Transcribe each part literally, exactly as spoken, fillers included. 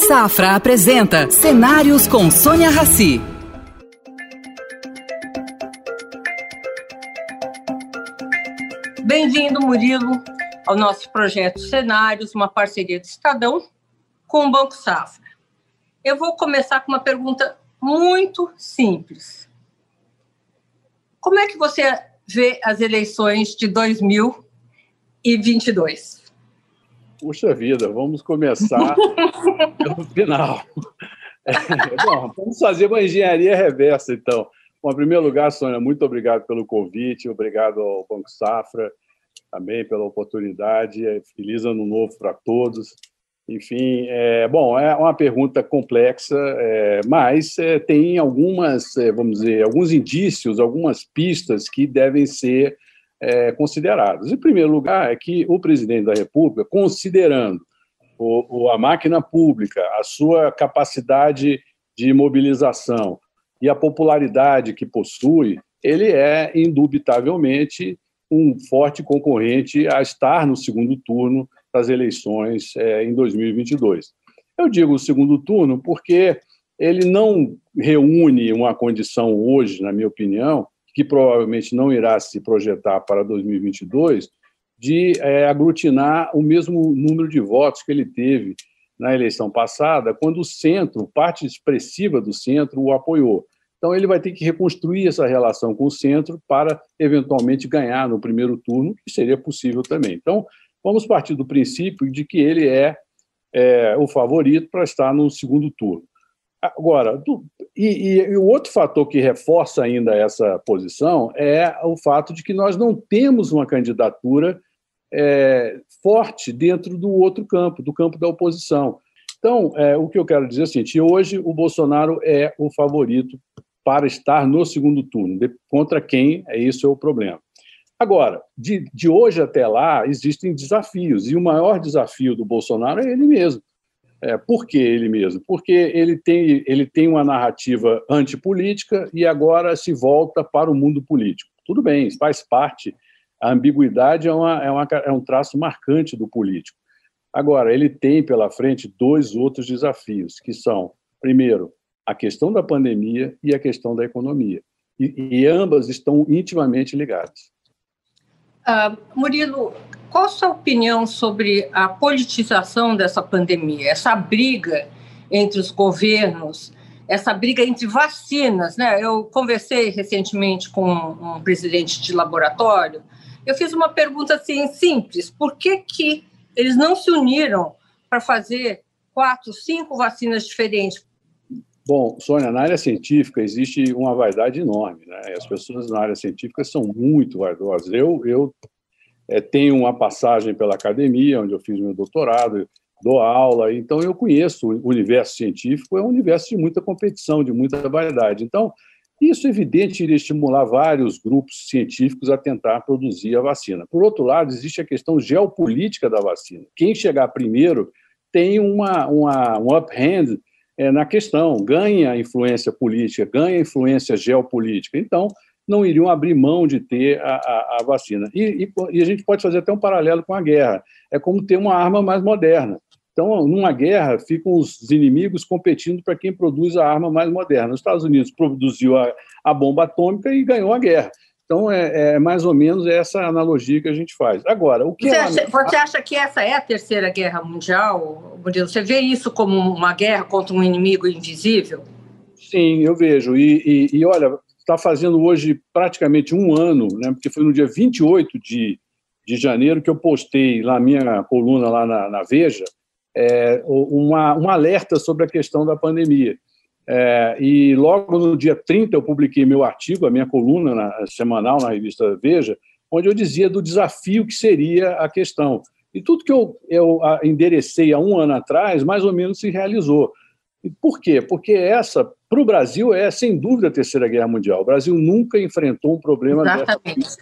Safra apresenta Cenários com Sônia Rassi. Bem-vindo, Murilo, ao nosso projeto Cenários, uma parceria do Estadão com o Banco Safra. Eu vou começar com uma pergunta muito simples. Como é que você vê as eleições de dois mil e vinte e dois? Puxa vida, vamos começar pelo final. É, bom, vamos fazer uma engenharia reversa, então. Bom, em primeiro lugar, Sônia, muito obrigado pelo convite, obrigado ao Banco Safra também pela oportunidade. Feliz ano novo para todos. Enfim, é, bom, é uma pergunta complexa, é, mas é, tem algumas, é, vamos dizer, alguns indícios, algumas pistas que devem ser é, considerados. Em primeiro lugar, é que o presidente da República, considerando o, o, a máquina pública, a sua capacidade de mobilização e a popularidade que possui, ele é, indubitavelmente, um forte concorrente a estar no segundo turno das eleições é, em dois mil e vinte e dois. Eu digo o segundo turno porque ele não reúne uma condição hoje, na minha opinião, que provavelmente não irá se projetar para dois mil e vinte e dois, de é, aglutinar o mesmo número de votos que ele teve na eleição passada, quando o centro, parte expressiva do centro, o apoiou. Então, ele vai ter que reconstruir essa relação com o centro para, eventualmente, ganhar no primeiro turno, que seria possível também. Então, vamos partir do princípio de que ele é, é o favorito para estar no segundo turno. Agora, do, e, e o outro fator que reforça ainda essa posição é o fato de que nós não temos uma candidatura é, forte dentro do outro campo, do campo da oposição. Então, é, o que eu quero dizer é o seguinte: hoje o Bolsonaro é o favorito para estar no segundo turno. De, contra quem? É isso é o problema. Agora, de, de hoje até lá, existem desafios, e o maior desafio do Bolsonaro é ele mesmo. É, por que ele mesmo? Porque ele tem, ele tem uma narrativa antipolítica e agora se volta para o mundo político. Tudo bem, faz parte, a ambiguidade é, uma, é, uma, é um traço marcante do político. Agora, ele tem pela frente dois outros desafios, que são, primeiro, a questão da pandemia e a questão da economia. E, e ambas estão intimamente ligadas. Uh, Murilo, qual a sua opinião sobre a politização dessa pandemia, essa briga entre os governos, essa briga entre vacinas, né? Eu conversei recentemente com um presidente de laboratório, eu fiz uma pergunta assim, simples: por que que eles não se uniram para fazer quatro, cinco vacinas diferentes? Bom, Sônia, na área científica existe uma vaidade enorme, né? As pessoas na área científica são muito vaidosas. Eu, eu é, tenho uma passagem pela academia, onde eu fiz meu doutorado, dou aula, então eu conheço o universo científico, é um universo de muita competição, de muita vaidade. Então, isso, é evidente, iria estimular vários grupos científicos a tentar produzir a vacina. Por outro lado, existe a questão geopolítica da vacina. Quem chegar primeiro tem uma, uma, um uphand é, na questão, ganha influência política, ganha influência geopolítica. Então, não iriam abrir mão de ter a, a, a vacina. E, e, e a gente pode fazer até um paralelo com a guerra. É como ter uma arma mais moderna. Então, numa guerra, ficam os inimigos competindo para quem produz a arma mais moderna. Os Estados Unidos produziu a, a bomba atômica e ganhou a guerra. Então, é, é mais ou menos essa analogia que a gente faz. Agora, o que você, é acha, você acha que essa é a Terceira Guerra Mundial, Murilo? Você vê isso como uma guerra contra um inimigo invisível? Sim, eu vejo. E, e, e olha, está fazendo hoje praticamente um ano, né, porque foi no dia vinte e oito de, de janeiro que eu postei na minha coluna lá na, na Veja, É, uma, um alerta sobre a questão da pandemia. É, e logo no dia trinta eu publiquei meu artigo, a minha coluna na, semanal na revista Veja, onde eu dizia do desafio que seria a questão. E tudo que eu, eu enderecei há um ano atrás, mais ou menos se realizou. E por quê? Porque essa, para o Brasil, é sem dúvida a Terceira Guerra Mundial. O Brasil nunca enfrentou um problema dessa.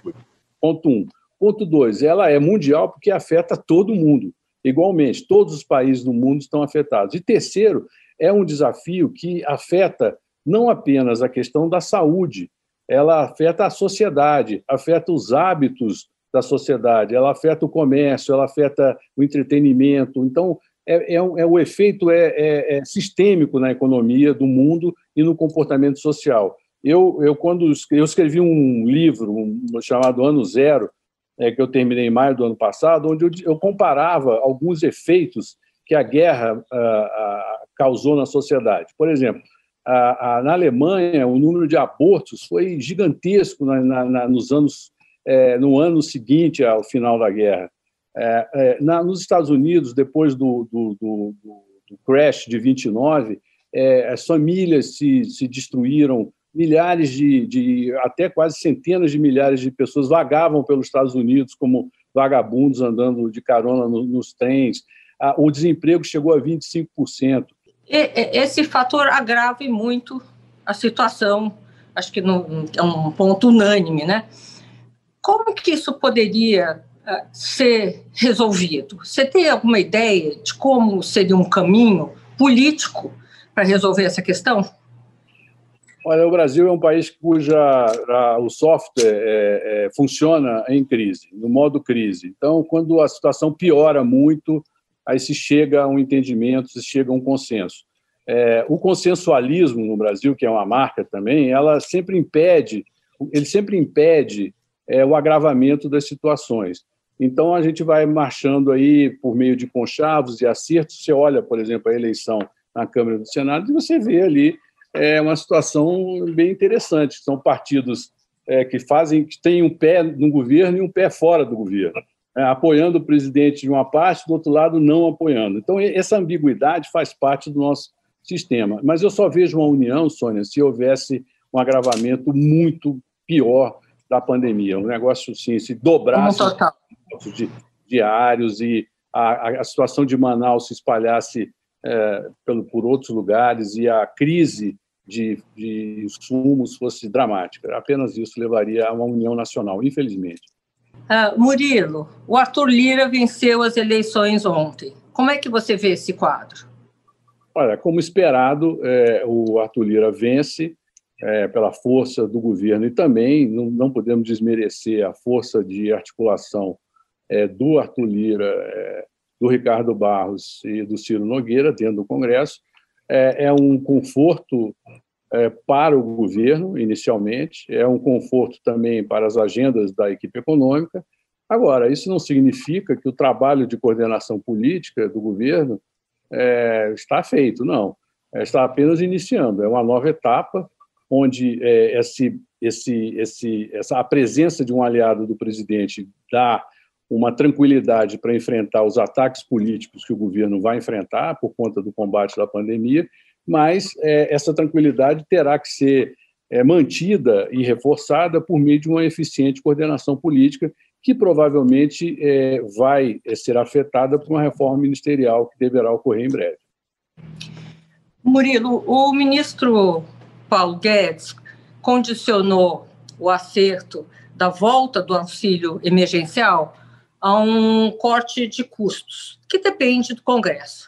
Ponto um. Ponto dois, ela é mundial porque afeta todo mundo. Igualmente, todos os países do mundo estão afetados. E terceiro, é um desafio que afeta não apenas a questão da saúde, ela afeta a sociedade, afeta os hábitos da sociedade, ela afeta o comércio, ela afeta o entretenimento. Então, é, é, é o efeito é, é, é sistêmico na economia do mundo e no comportamento social. Eu, eu quando eu escrevi um livro um, chamado Ano Zero, é, que eu terminei em maio do ano passado, onde eu, eu comparava alguns efeitos que a guerra a, a, causou na sociedade. Por exemplo, a, a, na Alemanha, o número de abortos foi gigantesco na, na, na, nos anos, é, no ano seguinte ao final da guerra. É, é, na, nos Estados Unidos, depois do, do, do, do crash de vinte e nove, é, as famílias se, se destruíram, milhares de, de, até quase centenas de milhares de pessoas vagavam pelos Estados Unidos como vagabundos andando de carona no, nos trens. Ah, o desemprego chegou a vinte e cinco por cento. Esse fator agrava muito a situação, acho que no, é um ponto unânime, né? Como que isso poderia uh, ser resolvido? Você tem alguma ideia de como seria um caminho político para resolver essa questão? Olha, o Brasil é um país cuja a, o software é, é, funciona em crise, no modo crise. Então, quando a situação piora muito, aí se chega a um entendimento, se chega a um consenso. É, o consensualismo no Brasil, que é uma marca também, ela sempre impede, ele sempre impede é, o agravamento das situações. Então, a gente vai marchando aí por meio de conchavos e acertos. Você olha, por exemplo, a eleição na Câmara e do Senado e você vê ali é uma situação bem interessante. São partidos é, que fazem, que têm um pé no governo e um pé fora do governo, é, apoiando o presidente de uma parte, do outro lado não apoiando. Então, essa ambiguidade faz parte do nosso sistema. Mas eu só vejo uma união, Sônia, se houvesse um agravamento muito pior da pandemia. Um negócio assim, se dobrasse os diários e a, a situação de Manaus se espalhasse é, pelo, por outros lugares e a crise De, de insumos fosse dramática. Apenas isso levaria a uma união nacional, infelizmente. Uh, Murilo, o Arthur Lira venceu as eleições ontem. Como é que você vê esse quadro? Olha, como esperado, é, o Arthur Lira vence é, pela força do governo e também não, não podemos desmerecer a força de articulação é, do Arthur Lira, é, do Ricardo Barros e do Ciro Nogueira dentro do Congresso. É um conforto é, para o governo, inicialmente, é um conforto também para as agendas da equipe econômica. Agora, isso não significa que o trabalho de coordenação política do governo é, está feito, não. É, está apenas iniciando. É uma nova etapa onde é, esse, esse, esse, essa, a presença de um aliado do presidente dá uma tranquilidade para enfrentar os ataques políticos que o governo vai enfrentar por conta do combate da pandemia, mas é, essa tranquilidade terá que ser é, mantida e reforçada por meio de uma eficiente coordenação política que provavelmente é, vai ser afetada por uma reforma ministerial que deverá ocorrer em breve. Murilo, o ministro Paulo Guedes condicionou o acerto da volta do auxílio emergencial a um corte de custos, que depende do Congresso.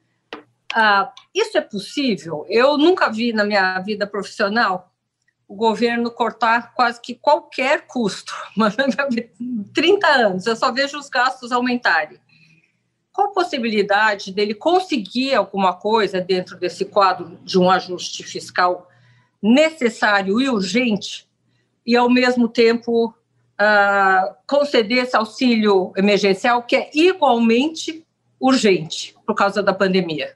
Ah, isso é possível? Eu nunca vi na minha vida profissional o governo cortar quase que qualquer custo. trinta anos, eu só vejo os gastos aumentarem. Qual a possibilidade dele conseguir alguma coisa dentro desse quadro de um ajuste fiscal necessário e urgente e, ao mesmo tempo, Uh, conceder esse auxílio emergencial que é igualmente urgente por causa da pandemia?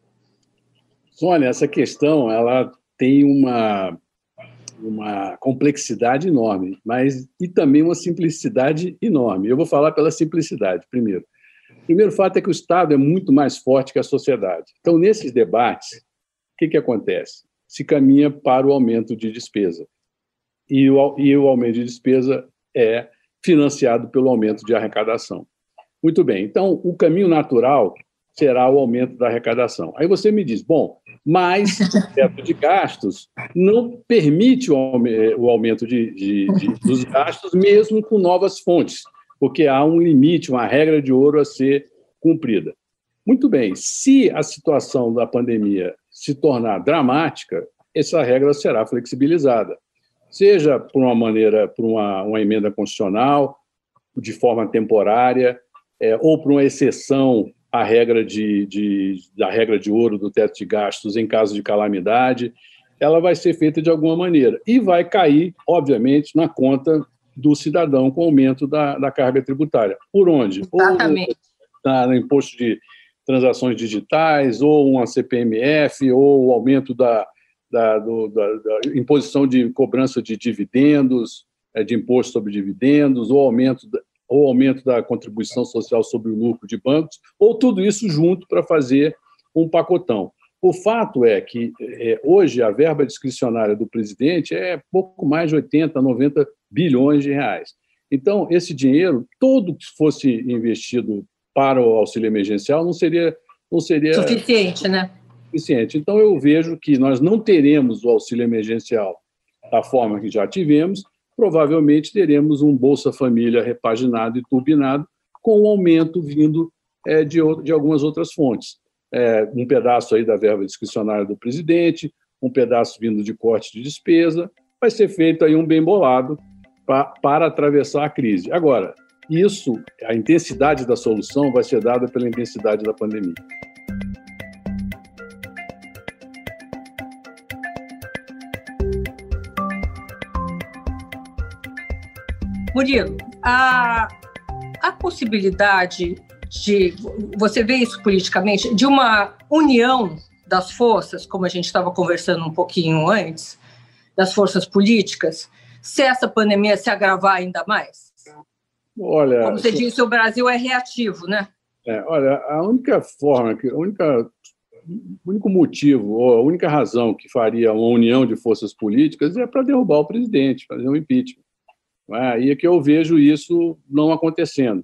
Sônia, essa questão ela tem uma, uma complexidade enorme, mas e também uma simplicidade enorme. Eu vou falar pela simplicidade primeiro. O primeiro fato é que o Estado é muito mais forte que a sociedade. Então, nesses debates, o que, que acontece? Se caminha para o aumento de despesa. E o, e o aumento de despesa é financiado pelo aumento de arrecadação. Muito bem, então o caminho natural será o aumento da arrecadação. Aí você me diz, bom, mas o teto de gastos não permite o aumento de, de, de, dos gastos mesmo com novas fontes, porque há um limite, uma regra de ouro a ser cumprida. Muito bem, se a situação da pandemia se tornar dramática, essa regra será flexibilizada. Seja por uma maneira, por uma, uma emenda constitucional, de forma temporária, é, ou por uma exceção a regra de, de, da regra de ouro do teto de gastos em caso de calamidade, ela vai ser feita de alguma maneira e vai cair, obviamente, na conta do cidadão com o aumento da, da carga tributária. Por onde? Exatamente. Ou na, no imposto de transações digitais, ou uma C P M F, ou o aumento da, da, do, da, da imposição de cobrança de dividendos, de imposto sobre dividendos, ou aumento, ou aumento da contribuição social sobre o lucro de bancos, ou tudo isso junto para fazer um pacotão. O fato é que, é, hoje, a verba discricionária do presidente é pouco mais de oitenta, noventa bilhões de reais. Então, esse dinheiro, todo que fosse investido para o auxílio emergencial, não seria, não seria suficiente, né? Suficiente. Então, eu vejo que nós não teremos o auxílio emergencial da forma que já tivemos, provavelmente teremos um Bolsa Família repaginado e turbinado, com um aumento vindo é, de, de algumas outras fontes. É, um pedaço aí da verba discricionária do presidente, um pedaço vindo de corte de despesa, vai ser feito aí um bem bolado pra, para atravessar a crise. Agora, isso, a intensidade da solução vai ser dada pela intensidade da pandemia. Murilo, a, a possibilidade de, você vê isso politicamente, de uma união das forças, como a gente estava conversando um pouquinho antes, das forças políticas, se essa pandemia se agravar ainda mais? Olha, como você disse, o Brasil é reativo, né? É, olha, a única forma, a única, o único motivo, ou a única razão que faria uma união de forças políticas é para derrubar o presidente, fazer um impeachment. Aí é que eu vejo isso não acontecendo.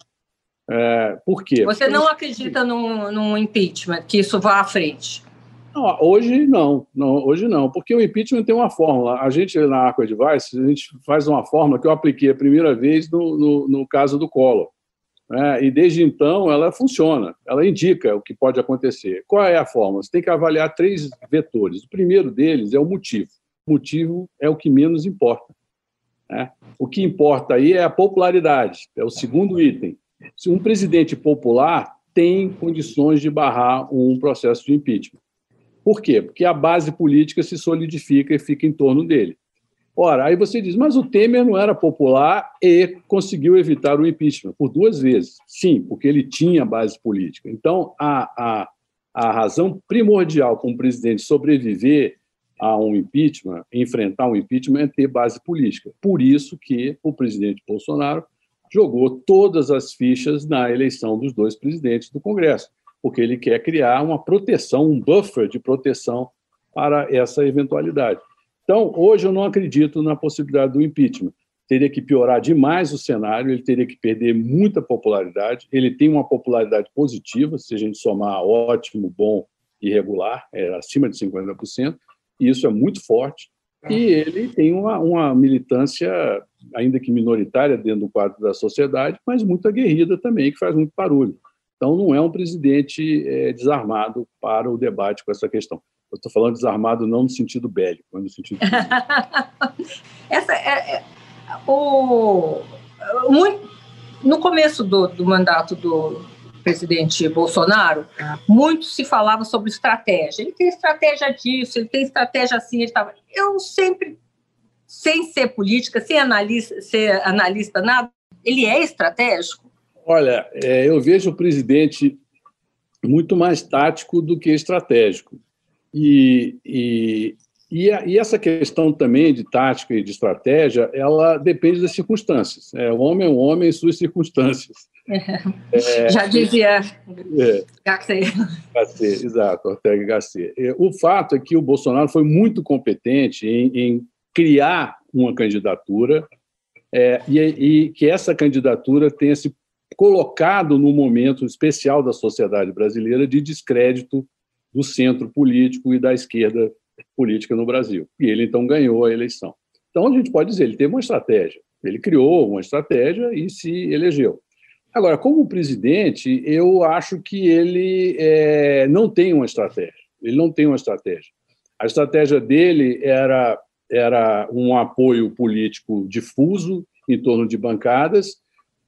É, por quê? Você não acredita num, num impeachment, que isso vá à frente? Não, hoje não, não, hoje não, porque o impeachment tem uma fórmula. A gente, na Arco Advice, a gente faz uma fórmula que eu apliquei a primeira vez no, no, no caso do Collor. Né? E desde então ela funciona, ela indica o que pode acontecer. Qual é a fórmula? Você tem que avaliar três vetores. O primeiro deles é o motivo. O motivo é o que menos importa. Né? O que importa aí é a popularidade, é o segundo item. Se um presidente popular tem condições de barrar um processo de impeachment. Por quê? Porque a base política se solidifica e fica em torno dele. Ora, aí você diz, mas o Temer não era popular e conseguiu evitar o impeachment por duas vezes. Sim, porque ele tinha base política. Então, a, a, a razão primordial para um presidente sobreviver a um impeachment, enfrentar um impeachment, é ter base política. Por isso que o presidente Bolsonaro jogou todas as fichas na eleição dos dois presidentes do Congresso, porque ele quer criar uma proteção, um buffer de proteção para essa eventualidade. Então, hoje eu não acredito na possibilidade do impeachment. Teria que piorar demais o cenário, ele teria que perder muita popularidade. Ele tem uma popularidade positiva, se a gente somar ótimo, bom e regular, é acima de cinquenta por cento, e isso é muito forte. E ele tem uma, uma militância, ainda que minoritária, dentro do quadro da sociedade, mas muito aguerrida também, que faz muito barulho. Então, não é um presidente é, desarmado para o debate com essa questão. Eu estou falando desarmado não no sentido bélico, mas no sentido... essa é, é, o, muito, no começo do, do mandato do presidente Bolsonaro, muito se falava sobre estratégia. Ele tem estratégia disso, ele tem estratégia assim. Ele tava... Eu sempre, sem ser política, sem analista, ser analista, nada, ele é estratégico? Olha, é, eu vejo o presidente muito mais tático do que estratégico. E, e, e, a, e essa questão também de tática e de estratégia, ela depende das circunstâncias. É, o homem é um homem em suas circunstâncias. É, Já dizia é, Gasset. Gasset, exato, Ortega y Gasset. O fato é que o Bolsonaro foi muito competente em, em criar uma candidatura é, e, e que essa candidatura tenha se colocado num momento especial da sociedade brasileira de descrédito do centro político e da esquerda política no Brasil. E ele, então, ganhou a eleição. Então, a gente pode dizer, ele teve uma estratégia. Ele criou uma estratégia e se elegeu. Agora, como presidente, eu acho que ele é, não tem uma estratégia. Ele não tem uma estratégia. A estratégia dele era, era um apoio político difuso em torno de bancadas,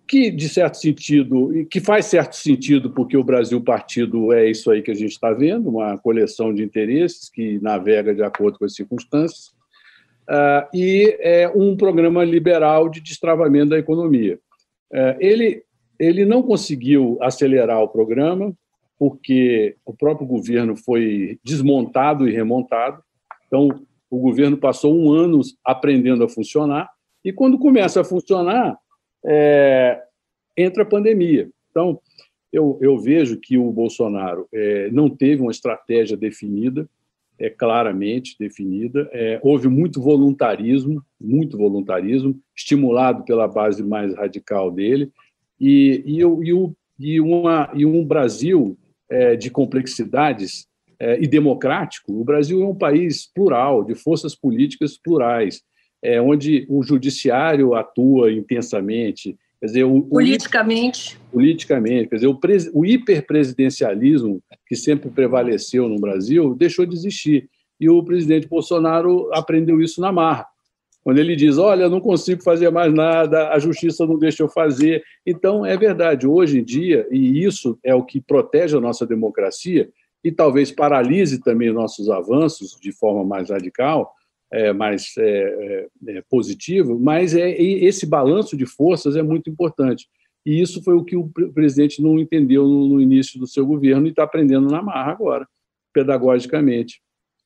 que, de certo sentido, que faz certo sentido, porque o Brasil Partido é isso aí que a gente está vendo, uma coleção de interesses que navega de acordo com as circunstâncias, uh, e é um programa liberal de destravamento da economia. Uh, ele, ele não conseguiu acelerar o programa, porque o próprio governo foi desmontado e remontado, então o governo passou um ano aprendendo a funcionar, e quando começa a funcionar, É, entra a pandemia. Então, eu, eu vejo que o Bolsonaro é, não teve uma estratégia definida, é, claramente definida. É, houve muito voluntarismo, muito voluntarismo, estimulado pela base mais radical dele, e, e, e, o, e, uma, e um Brasil é, de complexidades é, e democrático. O Brasil é um país plural, de forças políticas plurais, É, onde o judiciário atua intensamente, quer dizer, o, politicamente, o, politicamente, quer dizer, o, pres, o hiperpresidencialismo que sempre prevaleceu no Brasil deixou de existir. E o presidente Bolsonaro aprendeu isso na marra. Quando ele diz, olha, não consigo fazer mais nada, a justiça não deixa eu fazer. Então, é verdade, hoje em dia, e isso é o que protege a nossa democracia e talvez paralise também nossos avanços de forma mais radical, É, mais é, é, positivo, mas é, esse balanço de forças é muito importante. E isso foi o que o presidente não entendeu no, no início do seu governo e está aprendendo na marra agora, pedagogicamente.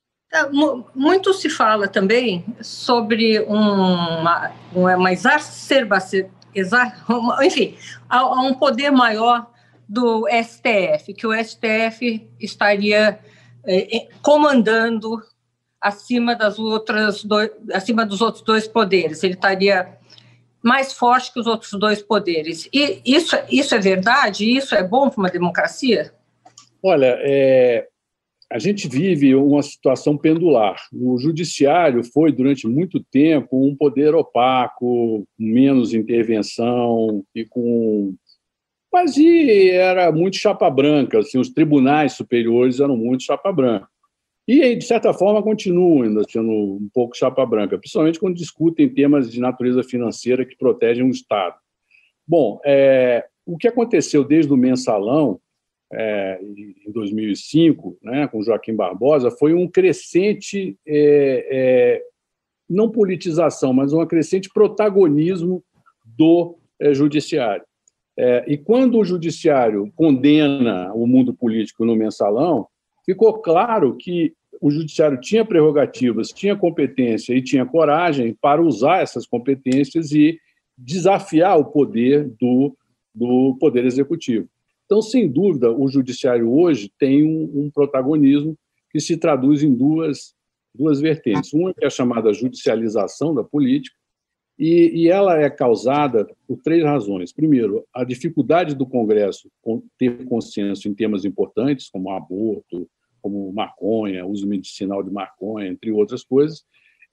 Muito se fala também sobre uma, uma exacerbação, enfim, um poder maior do S T F, que o S T F estaria é, comandando acima das outras dois, acima dos outros dois poderes, ele estaria mais forte que os outros dois poderes. E isso, isso é verdade? Isso é bom para uma democracia? Olha, é, a gente vive uma situação pendular. O judiciário foi, durante muito tempo, um poder opaco, com menos intervenção e com... Mas e era muito chapa branca, assim, os tribunais superiores eram muito chapa branca. E, de certa forma, continuam ainda sendo um pouco chapa branca, principalmente quando discutem temas de natureza financeira que protegem o Estado. Bom, é, o que aconteceu desde o Mensalão, é, em dois mil e cinco, né, com Joaquim Barbosa, foi um crescente, é, é, não politização, mas um crescente protagonismo do é, judiciário. É, e quando o judiciário condena o mundo político no Mensalão, ficou claro que o judiciário tinha prerrogativas, tinha competência e tinha coragem para usar essas competências e desafiar o poder do, do Poder Executivo. Então, sem dúvida, o judiciário hoje tem um, um protagonismo que se traduz em duas, duas vertentes. Uma que é a chamada judicialização da política, e, e ela é causada por três razões. Primeiro, a dificuldade do Congresso ter consenso em temas importantes, como aborto, como maconha, uso medicinal de maconha, entre outras coisas,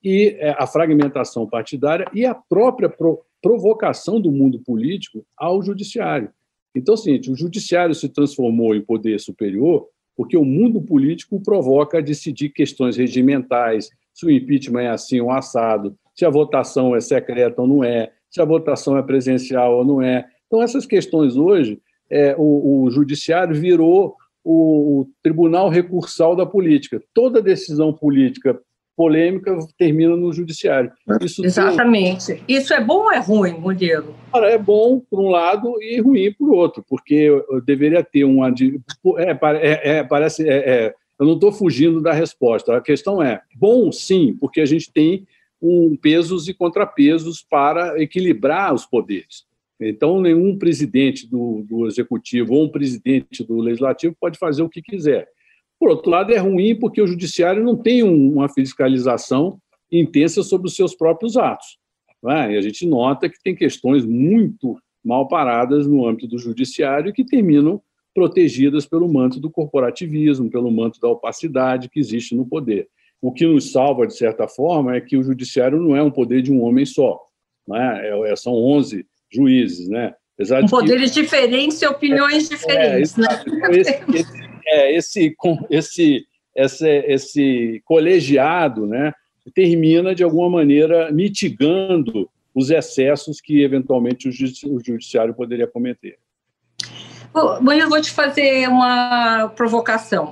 e a fragmentação partidária e a própria provocação do mundo político ao judiciário. Então, é o seguinte, o judiciário se transformou em poder superior porque o mundo político provoca a decidir questões regimentais, se o impeachment é assim ou assado, se a votação é secreta ou não é, se a votação é presencial ou não é. Então, essas questões hoje, é, o, o judiciário virou o, o tribunal recursal da política. Toda decisão política polêmica termina no judiciário. Isso Exatamente. Tem... Isso é bom ou é ruim, Murilo? É bom por um lado e ruim por outro, porque deveria ter uma... É, é, é, parece... É, é, eu não estou fugindo da resposta. A questão é, bom sim, porque a gente tem um pesos e contrapesos para equilibrar os poderes. Então, nenhum presidente do, do executivo ou um presidente do legislativo pode fazer o que quiser. Por outro lado, é ruim porque o judiciário não tem uma fiscalização intensa sobre os seus próprios atos. Não é? E a gente nota que tem questões muito mal paradas no âmbito do judiciário que terminam protegidas pelo manto do corporativismo, pelo manto da opacidade que existe no poder. O que nos salva, de certa forma, é que o judiciário não é um poder de um homem só. Não é? É, são onze juízes. Né? Apesar Com de poderes que... diferentes e opiniões é, diferentes. É, né? esse, esse, é, esse, esse, esse, esse colegiado, né, termina, de alguma maneira, mitigando os excessos que, eventualmente, o judiciário poderia cometer. Bom, eu vou te fazer uma provocação.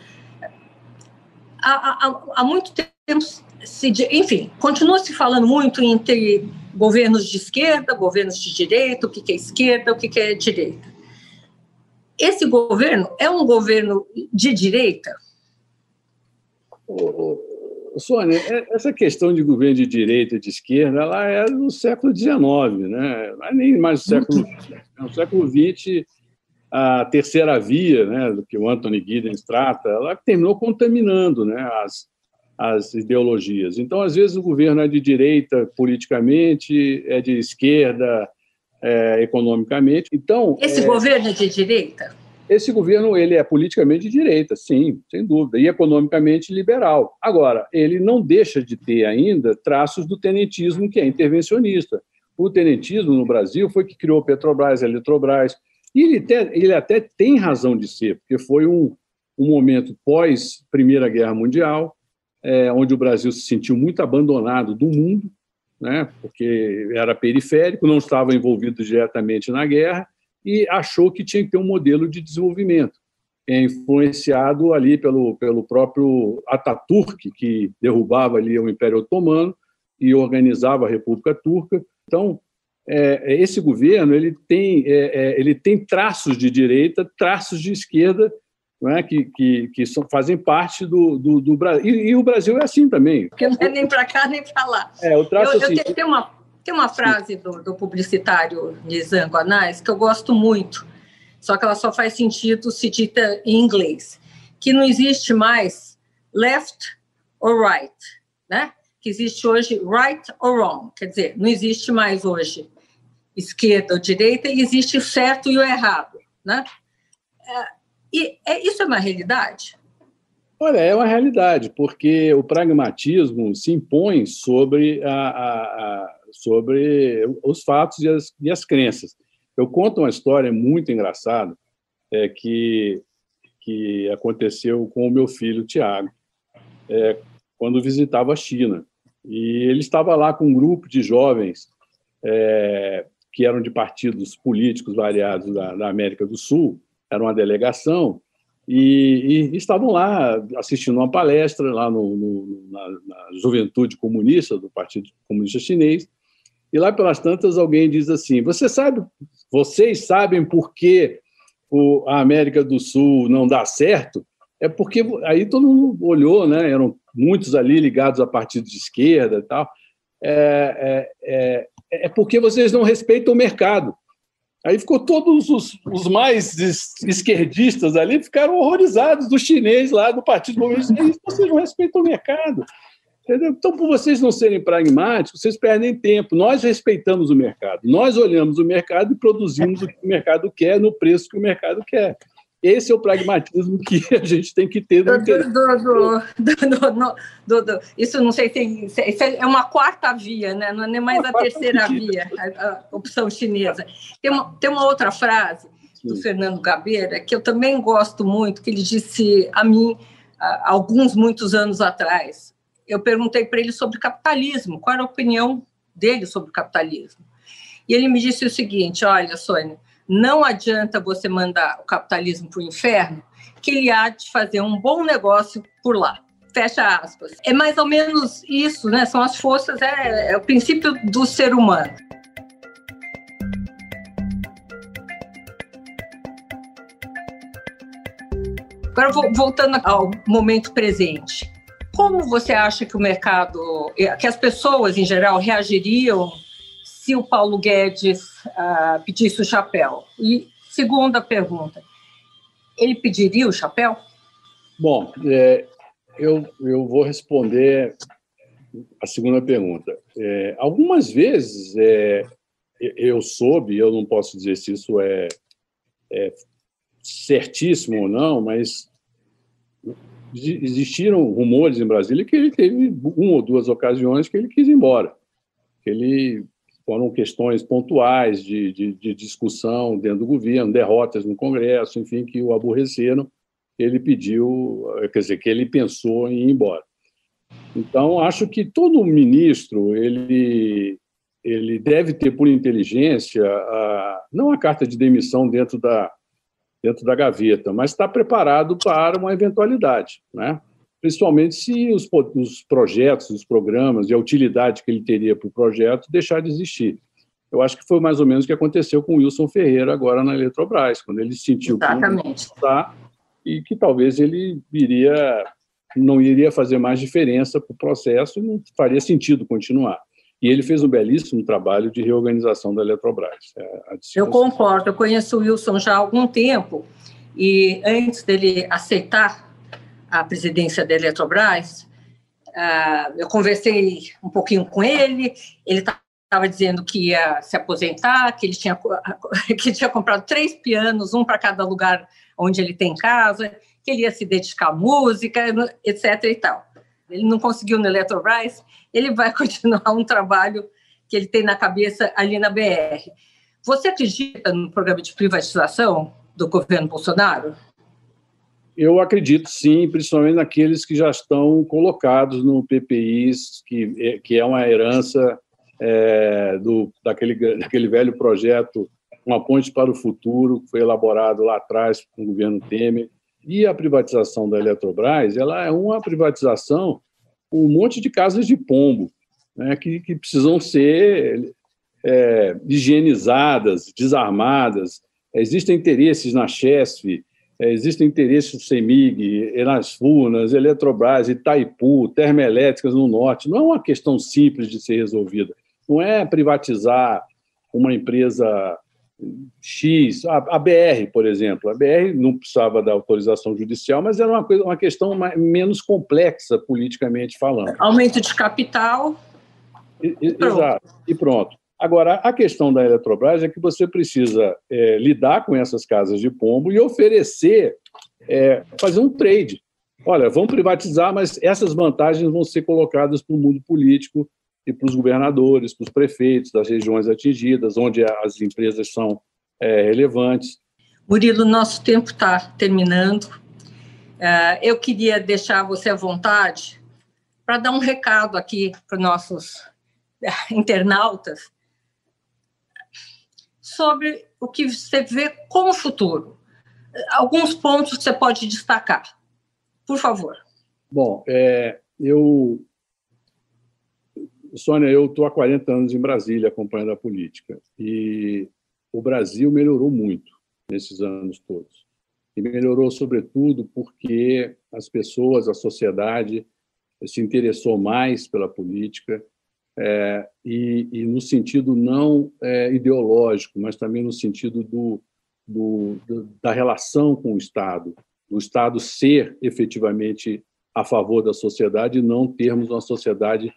Há, há, há muito tempo, se, enfim, continua se falando muito entre governos de esquerda, governos de direita, o que é esquerda, o que é direita. Esse governo é um governo de direita? Sônia, essa questão de governo de direita e de esquerda, ela é do século dezenove, né? Não é nem mais do século vinte. No século vinte, a terceira via, né, do que o Anthony Giddens trata, ela terminou contaminando, né, as, as ideologias. Então, às vezes, o governo é de direita politicamente, é de esquerda é, economicamente. Então, esse é... governo é de direita? Esse governo ele é politicamente de direita, sim, sem dúvida, e economicamente liberal. Agora, ele não deixa de ter ainda traços do tenentismo, que é intervencionista. O tenentismo no Brasil foi que criou a Petrobras, a Eletrobras, e ele, te, ele até tem razão de ser, porque foi um, um momento pós-Primeira Guerra Mundial, é, onde o Brasil se sentiu muito abandonado do mundo, né, porque era periférico, não estava envolvido diretamente na guerra, e achou que tinha que ter um modelo de desenvolvimento, é, influenciado ali pelo, pelo próprio Ataturk, que derrubava ali o Império Otomano e organizava a República Turca. Então, é, esse governo ele tem, é, é, ele tem traços de direita, traços de esquerda, não é? que, que, que são, fazem parte do, do, do Brasil. E, e o Brasil é assim também. Porque não é nem para cá, nem para lá. É, o traço eu, eu assim, tenho uma... Tem uma frase do, do publicitário Nizam Guanais que eu gosto muito, só que ela só faz sentido se dita em inglês, que não existe mais left or right, né? Que existe hoje right or wrong, quer dizer, não existe mais hoje esquerda ou direita, e existe o certo e o errado, né? É, e é, isso é uma realidade? Olha, é uma realidade, porque o pragmatismo se impõe sobre, a, a, a, sobre os fatos e as, e as crenças. Eu conto uma história muito engraçada é, que, que aconteceu com o meu filho, Tiago, é, quando visitava a China. E ele estava lá com um grupo de jovens é, que eram de partidos políticos variados da, da América do Sul, era uma delegação, E, e estavam lá assistindo uma palestra lá no, no, na, na Juventude Comunista, do Partido Comunista Chinês, e lá pelas tantas alguém diz assim, Você sabe, vocês sabem por que o, a América do Sul não dá certo? É porque, aí todo mundo olhou, né? Eram muitos ali ligados a partidos de esquerda e tal, é, é, é, é porque vocês não respeitam o mercado. Aí ficou todos os, os mais esquerdistas ali ficaram horrorizados do chinês lá, do Partido Comunista. Vocês não respeitam o mercado. Entendeu? Então, por vocês não serem pragmáticos, vocês perdem tempo. Nós respeitamos o mercado. Nós olhamos o mercado e produzimos o que o mercado quer no preço que o mercado quer. Esse é o pragmatismo que a gente tem que ter. Do, do, do, do, do, isso não sei se isso é uma quarta via, né? Não é nem mais a terceira via, a, a opção chinesa. Tem uma, tem uma outra frase do Sim. Fernando Gabeira que eu também gosto muito, que ele disse a mim há alguns, muitos anos atrás. Eu perguntei para ele sobre capitalismo, qual era a opinião dele sobre o capitalismo. E ele me disse o seguinte, olha, Sônia, não adianta você mandar o capitalismo para o inferno, que ele há de fazer um bom negócio por lá. Fecha aspas. É mais ou menos isso, né? São as forças, é, é o princípio do ser humano. Agora, voltando ao momento presente, como você acha que o mercado, que as pessoas em geral reagiriam se o Paulo Guedes uh, pedisse o chapéu? E segunda pergunta, ele pediria o chapéu? Bom, é, eu, eu vou responder a segunda pergunta. É, algumas vezes é, eu soube, eu não posso dizer se isso é, é certíssimo ou não, mas existiram rumores em Brasília que ele teve uma ou duas ocasiões que ele quis ir embora, que ele foram questões pontuais de, de, de discussão dentro do governo, derrotas no Congresso, enfim, que o aborreceram. Ele pediu, quer dizer, que ele pensou em ir embora. Então, acho que todo ministro, ele, ele deve ter, por inteligência, a, não a carta de demissão dentro da, dentro da gaveta, mas está preparado para uma eventualidade, né? Principalmente se os, os projetos, os programas e a utilidade que ele teria para o projeto deixar de existir. Eu acho que foi mais ou menos o que aconteceu com o Wilson Ferreira agora na Eletrobras, quando ele sentiu Exatamente. que tá, e que talvez ele iria, não iria fazer mais diferença para o processo e não faria sentido continuar. E ele fez um belíssimo trabalho de reorganização da Eletrobras. É, eu concordo, eu conheço o Wilson já há algum tempo, e antes dele aceitar a presidência da Eletrobras, uh, eu conversei um pouquinho com ele, ele estava dizendo que ia se aposentar, que ele tinha, que tinha comprado três pianos, um para cada lugar onde ele tem casa, que ele ia se dedicar à música, etc e tal. Ele não conseguiu na Eletrobras, ele vai continuar um trabalho que ele tem na cabeça ali na B R. Você acredita no programa de privatização do governo Bolsonaro? Eu acredito, sim, principalmente naqueles que já estão colocados no P P Is, que, que é uma herança é, do, daquele, daquele velho projeto Uma Ponte para o Futuro, que foi elaborado lá atrás com o governo Temer. E a privatização da Eletrobras, ela é uma privatização com um monte de casas de pombo, né, que, que precisam ser é, higienizadas, desarmadas. Existem interesses na Chesf, existem interesses no CEMIG, Enasfunas, Eletrobras, Itaipu, termoelétricas no norte. Não é uma questão simples de ser resolvida. Não é privatizar uma empresa X, a B R, por exemplo. A B R não precisava da autorização judicial, mas era uma, coisa, uma questão mais, menos complexa, politicamente falando. Aumento de capital. E, exato, e pronto. Agora, a questão da Eletrobras é que você precisa é, lidar com essas casas de pombo e oferecer, é, fazer um trade. Olha, vamos privatizar, mas essas vantagens vão ser colocadas para o mundo político e para os governadores, para os prefeitos das regiões atingidas, onde as empresas são é, relevantes. Murilo, nosso tempo está terminando. Uh, eu queria deixar você à vontade para dar um recado aqui para os nossos internautas sobre o que você vê como futuro. Alguns pontos que você pode destacar. Por favor. Bom, é, eu... Sônia, eu estou há quarenta anos em Brasília acompanhando a política e o Brasil melhorou muito nesses anos todos. E melhorou, sobretudo, porque as pessoas, a sociedade se interessou mais pela política é, e, e no sentido não é, ideológico, mas também no sentido do, do, do, da relação com o Estado, do Estado ser efetivamente a favor da sociedade e não termos uma sociedade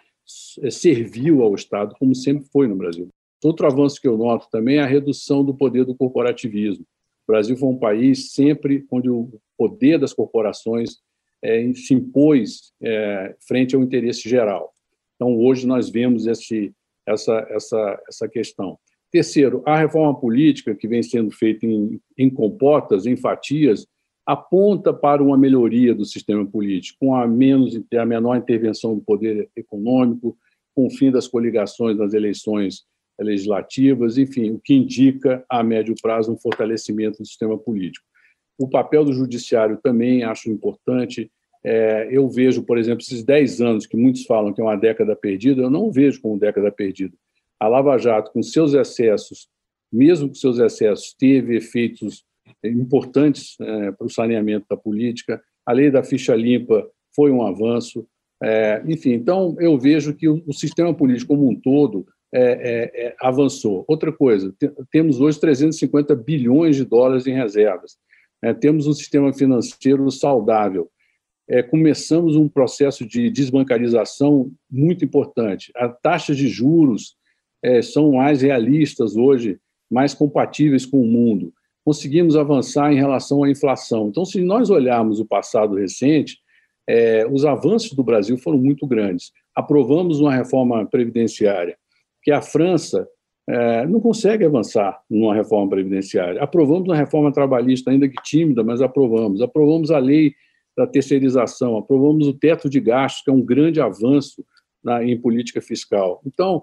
servil ao Estado, como sempre foi no Brasil. Outro avanço que eu noto também é a redução do poder do corporativismo. O Brasil foi um país sempre onde o poder das corporações é, se impôs é, frente ao interesse geral. Então, hoje nós vemos esse, essa, essa, essa questão. Terceiro, a reforma política que vem sendo feita em, em compotas, em fatias, aponta para uma melhoria do sistema político, com a, menos, a menor intervenção do poder econômico, com o fim das coligações nas eleições legislativas, enfim, o que indica, a médio prazo, um fortalecimento do sistema político. O papel do judiciário também acho importante. É, eu vejo, por exemplo, esses dez anos que muitos falam que é uma década perdida, eu não vejo como década perdida. A Lava Jato, com seus excessos, mesmo com seus excessos, teve efeitos importantes é, para o saneamento da política. A lei da ficha limpa foi um avanço. É, enfim, então, eu vejo que o, o sistema político como um todo é, é, é, avançou. Outra coisa, te, temos hoje trezentos e cinquenta bilhões de dólares em reservas. É, temos um sistema financeiro saudável. É, começamos um processo de desbancarização muito importante. As taxas de juros é, são mais realistas hoje, mais compatíveis com o mundo. Conseguimos avançar em relação à inflação. Então, se nós olharmos o passado recente, é, os avanços do Brasil foram muito grandes. Aprovamos uma reforma previdenciária, que a França é, não consegue avançar numa reforma previdenciária. Aprovamos uma reforma trabalhista, ainda que tímida, mas aprovamos. Aprovamos a lei da terceirização, aprovamos o teto de gastos, que é um grande avanço na, em política fiscal. Então,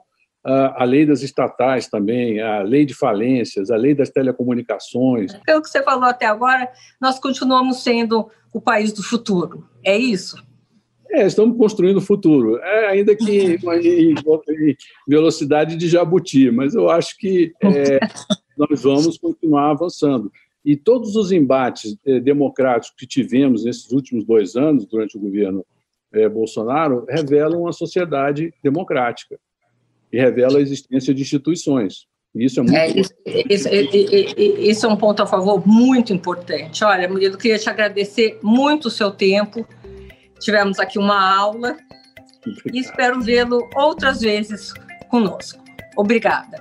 a lei das estatais também, a lei de falências, a lei das telecomunicações. Pelo que você falou até agora, nós continuamos sendo o país do futuro, é isso? É, estamos construindo o futuro, é, ainda que em, em velocidade de jabuti, mas eu acho que é, nós vamos continuar avançando. E todos os embates eh, democráticos que tivemos nesses últimos dois anos, durante o governo eh, Bolsonaro, revelam uma sociedade democrática e revela a existência de instituições. E isso é muito é, isso, isso, isso é um ponto a favor muito importante. Olha, Murilo, queria te agradecer muito o seu tempo. Tivemos aqui uma aula. Obrigado. E espero vê-lo outras vezes conosco. Obrigada.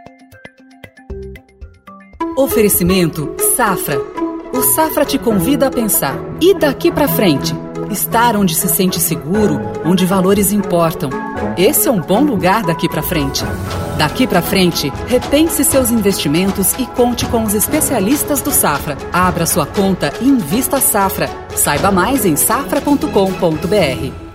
Oferecimento Safra. O Safra te convida a pensar. E daqui para frente? Estar onde se sente seguro, onde valores importam. Esse é um bom lugar daqui para frente. Daqui para frente, repense seus investimentos e conte com os especialistas do Safra. Abra sua conta e invista Safra. Saiba mais em safra ponto com ponto br.